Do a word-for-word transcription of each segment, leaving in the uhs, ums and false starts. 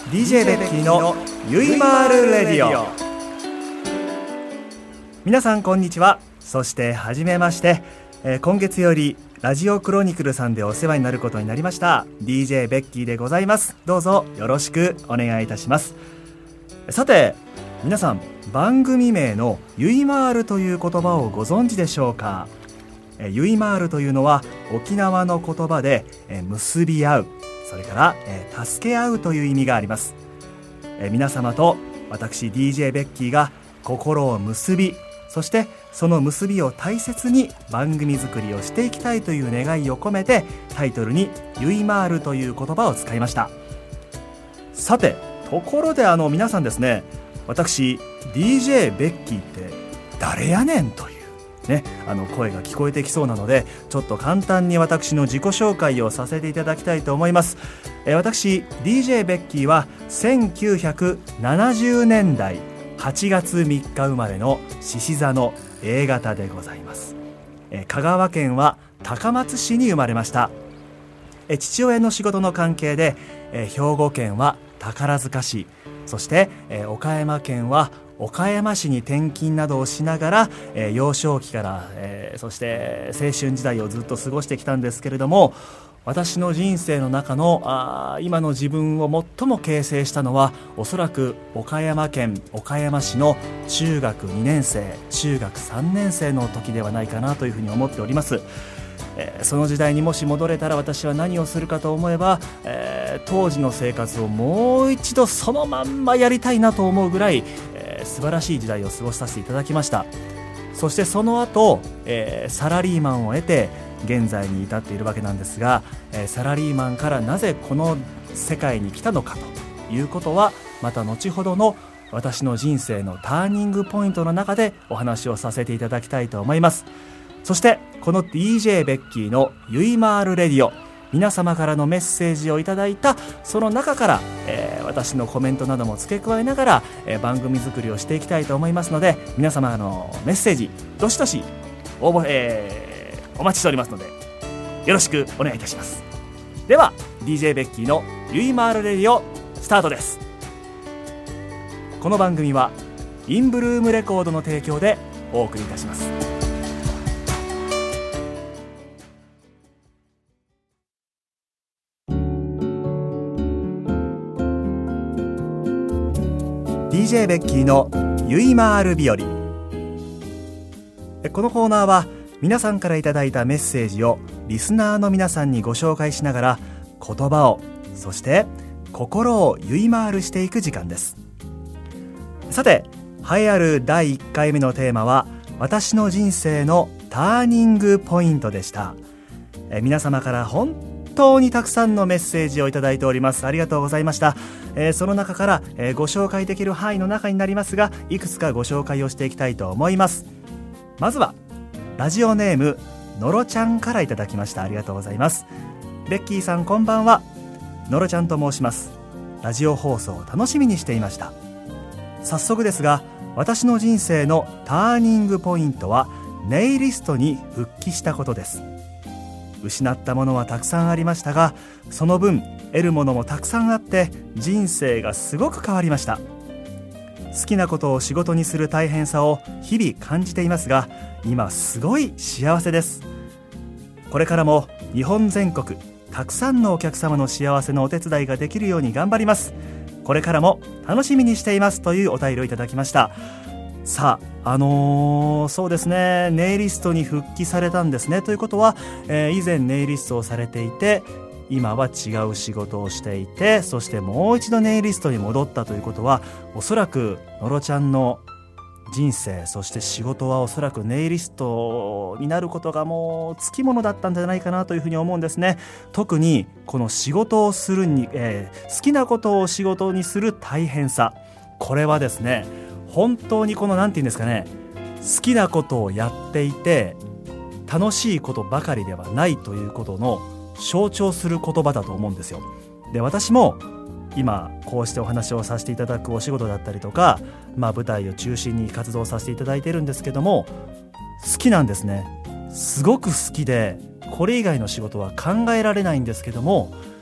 ディージェー ベッキーのゆいまーるレディオ。皆さんこんにちは。そしてはじめまして、えー、今月よりラジオクロニクルさんでお世話になることになりましたディージェー ベッキーでございます。どうぞよろしくお願いいたします。さて皆さん、番組名のゆいまーるという言葉をご存知でしょうか。えー、ゆいまーるというのは沖縄の言葉で、えー、結び合う、それから、えー、助け合うという意味があります。えー、皆様と私 ディージェー ベッキーが心を結び、そしてその結びを大切に番組作りをしていきたいという願いを込めて、タイトルにゆいまーるという言葉を使いました。さて、ところであの皆さんですね、私 ディージェー ベッキーって誰やねんというね、あの声が聞こえてきそうなので、ちょっと簡単に私の自己紹介をさせていただきたいと思います。えー、私 ディージェー ベッキーはせんきゅうひゃくななじゅうねんだいはちがつみっか生まれの獅子座の エー 型でございます。えー、香川県は高松市に生まれました。えー、父親の仕事の関係で、えー、兵庫県は宝塚市、そして、えー、岡山県は岡山市に転勤などをしながら、えー、幼少期から、えー、そして青春時代をずっと過ごしてきたんですけれども、私の人生の中のあ今の自分を最も形成したのは、おそらく岡山県岡山市の中学にねんせい中学さんねんせいの時ではないかなというふうに思っております。えー、その時代にもし戻れたら私は何をするかと思えば、えー、当時の生活をもう一度そのまんまやりたいなと思うぐらい、えー、素晴らしい時代を過ごさせていただきました。そしてその後、えー、サラリーマンを得て現在に至っているわけなんですが、えー、サラリーマンからなぜこの世界に来たのかということは、また後ほどの私の人生のターニングポイントの中でお話をさせていただきたいと思います。そしてこの ディージェー ベッキーのゆいまーるレディオ、皆様からのメッセージをいただいたその中から、えー、私のコメントなども付け加えながら、えー、番組作りをしていきたいと思いますので、皆様のメッセージどしどし応募、えー、お待ちしておりますのでよろしくお願いいたします。では ディージェー ベッキーのゆいまーるレディオスタートです。この番組はインブルームレコードの提供でお送りいたします。ディージェー ベッキーのゆいまーる日和。このコーナーは皆さんからいただいたメッセージをリスナーの皆さんにご紹介しながら、言葉を、そして心をゆいまーるしていく時間です。さて、栄えあるだいいっかいめのテーマは私の人生のターニングポイントでした。え皆様から本当にたくさんのメッセージをいただいております。ありがとうございました。えー、その中から、えー、ご紹介できる範囲の中になりますが、いくつかご紹介をしていきたいと思います。まずはラジオネームのろちゃんからいただきました。ありがとうございます。ベッキーさんこんばんは。のろちゃんと申します。ラジオ放送を楽しみにしていました。早速ですが、私の人生のターニングポイントはネイリストに復帰したことです。失ったものはたくさんありましたが、その分得るものもたくさんあって人生がすごく変わりました。好きなことを仕事にする大変さを日々感じていますが、今すごい幸せです。これからも日本全国たくさんのお客様の幸せのお手伝いができるように頑張ります。これからも楽しみにしています、というお便りをいただきました。さあ、あのー、そうですね、ネイリストに復帰されたんですね。ということは、えー、以前ネイリストをされていて、今は違う仕事をしていて、そしてもう一度ネイリストに戻ったということは、おそらくのろちゃんの人生、そして仕事はおそらくネイリストになることがもうつきものだったんじゃないかなというふうに思うんですね。特にこの仕事をするに、えー、好きなことを仕事にする大変さ、これはですね、本当にこのなんていうんですかね、好きなことをやっていて楽しいことばかりではないということの象徴する言葉だと思うんですよ。で、私も今こうしてお話をさせていただくお仕事だったりとか、まあ、舞台を中心に活動させていただいているんですけども、好きなんですね。すごく好きで、これ以外の仕事は考えられないんですけども、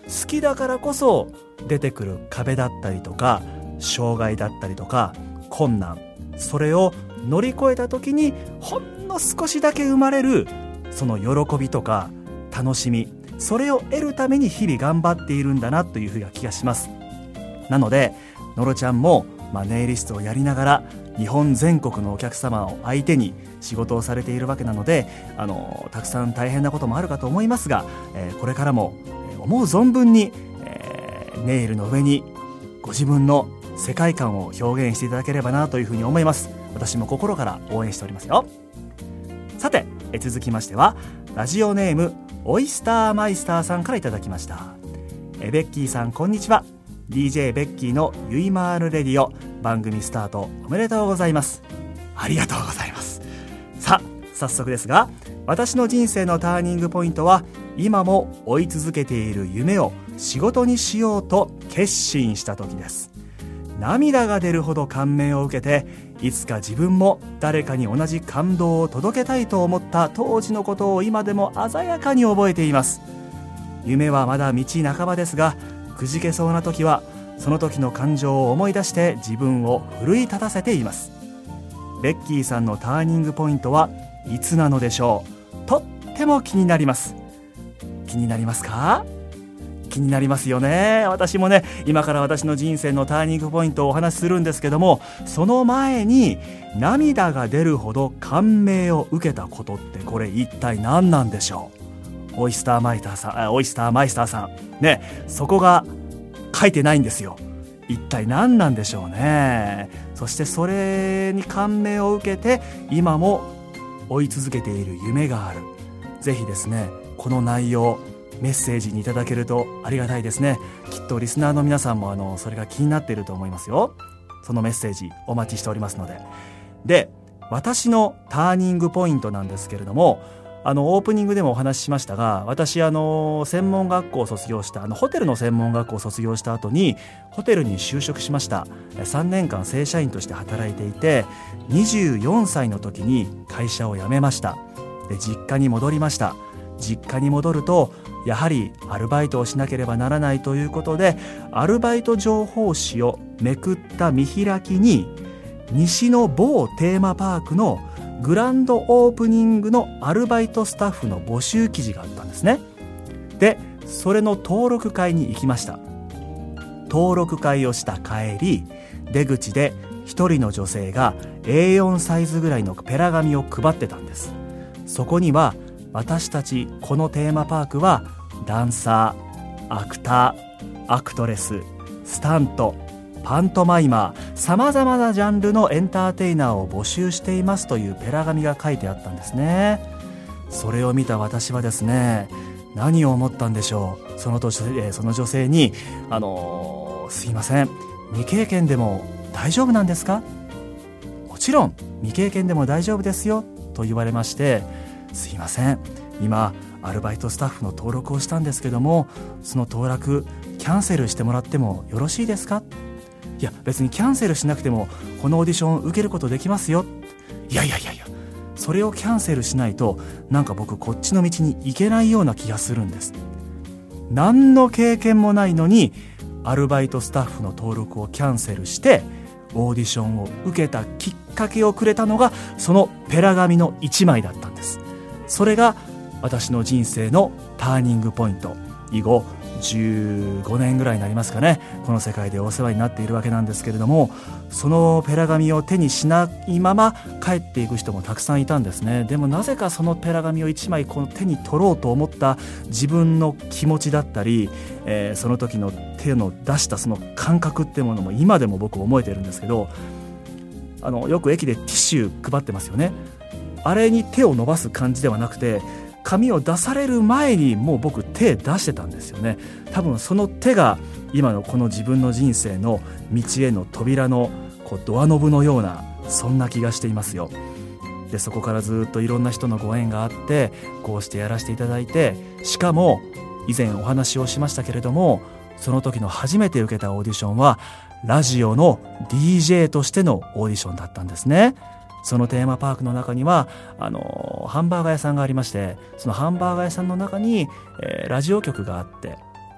好きだからこそ出てくる壁だったりとか障害だったりとか困難、それを乗り越えた時にほんの少しだけ生まれるその喜びとか楽しみ、それを得るために日々頑張っているんだなというふうな気がします。なのでのろちゃんも、まあ、ネイリストをやりながら日本全国のお客様を相手に仕事をされているわけなので、あのたくさん大変なこともあるかと思いますが、えー、これからも、えー、思う存分に、えー、ネイルの上にご自分の世界観を表現していただければなというふうに思います。私も心から応援しておりますよ。さて、え続きましてはラジオネームオイスターマイスターさんからいただきました。えベッキーさん、こんにちは。 ディージェー ベッキーのゆいまーるレディオ番組スタートおめでとうございます。ありがとうございます。さあ早速ですが、私の人生のターニングポイントは今も追い続けている夢を仕事にしようと決心した時です。涙が出るほど感銘を受けて、いつか自分も誰かに同じ感動を届けたいと思った当時のことを今でも鮮やかに覚えています。夢はまだ道半ばですが、くじけそうな時はその時の感情を思い出して自分を奮い立たせています。ベッキーさんのターニングポイントはいつなのでしょう。とっても気になります。気になりますか？気になりますよね。私もね、今から私の人生のターニングポイントをお話しするんですけども、その前に涙が出るほど感銘を受けたことってこれ一体何なんでしょう。オイスターマイスターさん、あ、オイスターマイスターさんね、そこが書いてないんですよ。一体何なんでしょうね。そしてそれに感銘を受けて今も追い続けている夢がある。ぜひですね、この内容メッセージにいただけるとありがたいですね。きっとリスナーの皆さんもあのそれが気になっていると思いますよ。そのメッセージお待ちしておりますので。で、私のターニングポイントなんですけれども、あのオープニングでもお話ししましたが、私あの専門学校を卒業したあのホテルの専門学校を卒業した後にホテルに就職しました。さんねんかん正社員として働いていて、にじゅうよんさいの時に会社を辞めました。で、実家に戻りました。実家に戻るとやはりアルバイトをしなければならないということで、アルバイト情報誌をめくった見開きに西の某テーマパークのグランドオープニングのアルバイトスタッフの募集記事があったんですね。で、それの登録会に行きました。登録会をした帰り、出口で一人の女性が エーよん サイズぐらいのペラ紙を配ってたんです。そこには、私たちこのテーマパークはダンサー、アクター、アクトレス、スタント、パントマイマー、さまざまなジャンルのエンターテイナーを募集していますというペラ紙が書いてあったんですね。それを見た私はですね、何を思ったんでしょう。その年、その女性に、あのー、すいません、未経験でも大丈夫なんですか？もちろん未経験でも大丈夫ですよと言われまして、すいません、今アルバイトスタッフの登録をしたんですけども、その登録キャンセルしてもらってもよろしいですか？いや、別にキャンセルしなくてもこのオーディションを受けることできますよ。いやいやいやいや、それをキャンセルしないとなんか僕こっちの道に行けないような気がするんです。何の経験もないのにアルバイトスタッフの登録をキャンセルしてオーディションを受けたきっかけをくれたのがそのペラ紙のいちまいだったんです。それが私の人生のターニングポイント。以後じゅうごねんぐらいになりますかね、この世界でお世話になっているわけなんですけれども、そのペラ紙を手にしないまま帰っていく人もたくさんいたんですね。でもなぜかそのペラ紙をいちまいこの手に取ろうと思った自分の気持ちだったり、えー、その時の手の出したその感覚っていうものも今でも僕覚えてるんですけど、あのよく駅でティッシュ配ってますよね。あれに手を伸ばす感じではなくて、紙を出される前にもう僕手出してたんですよね。多分その手が今のこの自分の人生の道への扉のこうドアノブのような、そんな気がしていますよ。で、そこからずっといろんな人のご縁があって、こうしてやらせていただいて、しかも以前お話をしましたけれども、その時の初めて受けたオーディションはラジオの ディージェー としてのオーディションだったんですね。そのテーマパークの中にはあのハンバーガー屋さんがありまして、そのハンバーガー屋さんの中に、えー、ラジオ局があって、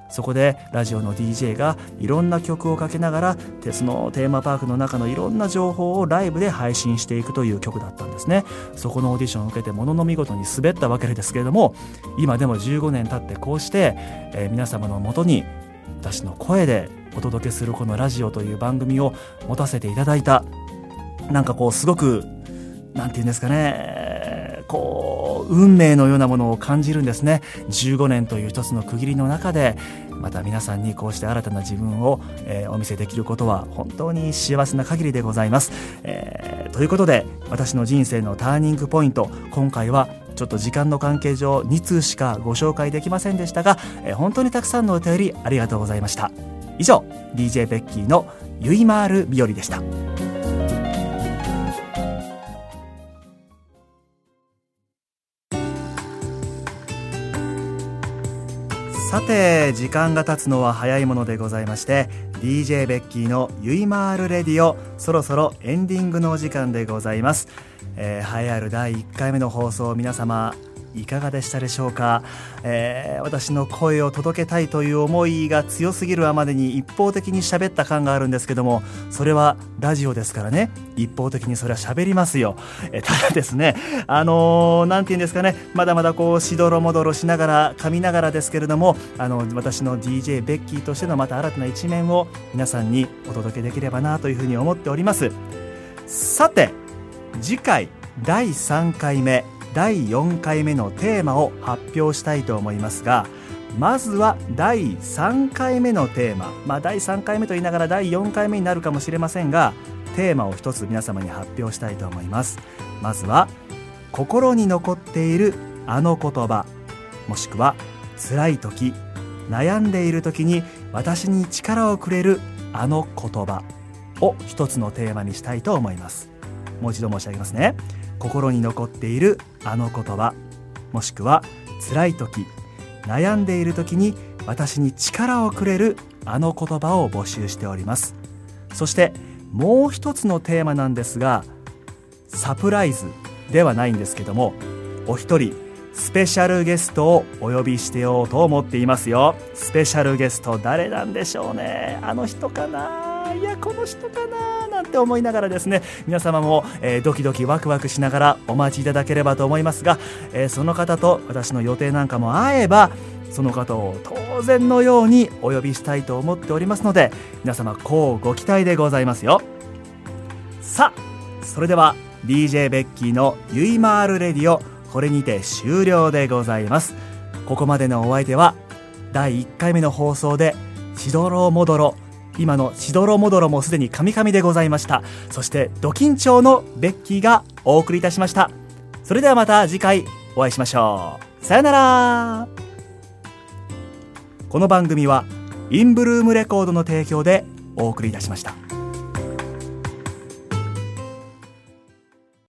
そこでラジオの ディージェー がいろんな曲をかけながら鉄のテーマパークの中のいろんな情報をライブで配信していくという曲だったんですね。そこのオーディションを受けてものの見事に滑ったわけですけれども、今でもじゅうごねん経ってこうして、えー、皆様のもとに私の声でお届けするこのラジオという番組を持たせていただいた、なんかこうすごくなんていうんですかね、こう運命のようなものを感じるんですね。じゅうごねんという一つの区切りの中でまた皆さんにこうして新たな自分を、えー、お見せできることは本当に幸せな限りでございます、えー、ということで私の人生のターニングポイント、今回はちょっと時間の関係上に通しかご紹介できませんでしたが、えー、本当にたくさんのお便りありがとうございました。以上 ディージェー ベッキーのゆいまーる日和でした。さて時間が経つのは早いものでございまして、 ディージェー ベッキーのゆいまーるレディオ、そろそろエンディングのお時間でございます、えー、栄えあるだいいっかいめの放送、皆様いかがでしたでしょうか。えー、私の声を届けたいという思いが強すぎるあまでに一方的に喋った感があるんですけども、それはラジオですからね、一方的にそれは喋りますよ。えー、ただですね、あのー、なんていうんですかね、まだまだこうしどろもどろしながら噛みながらですけれども、あの私の ディージェー ベッキーとしてのまた新たな一面を皆さんにお届けできればなというふうに思っております。さて次回だいさんかいめだいよんかいめのテーマを発表したいと思いますが、まずはだいさんかいめのテーマ、まあだいさんかいめと言いながらだいよんかいめになるかもしれませんが、テーマを一つ皆様に発表したいと思います。まずは心に残っているあの言葉、もしくは辛い時、悩んでいる時に私に力をくれるあの言葉を一つのテーマにしたいと思います。もう一度申し上げますね。心に残っているあの言葉、もしくは辛い時、悩んでいる時に私に力をくれるあの言葉を募集しております。そしてもう一つのテーマなんですが、サプライズではないんですけども、お一人スペシャルゲストをお呼びしてようと思っていますよ。スペシャルゲスト誰なんでしょうね。あの人かな、いやこの人かななんて思いながらですね、皆様も、えー、ドキドキワクワクしながらお待ちいただければと思いますが、えー、その方と私の予定なんかも合えばその方を当然のようにお呼びしたいと思っておりますので、皆様こうご期待でございますよ。さあそれでは ディージェー ベッキーのゆいまーるレディオ、これにて終了でございます。ここまでのお相手はだいいっかいめの放送でしどろもどろ、今のしどろもどろもすでにカミカミでございました。そしてド緊張のベッキーがお送りいたしました。それではまた次回お会いしましょう。さよなら。この番組はインブルームレコードの提供でお送りいたしました。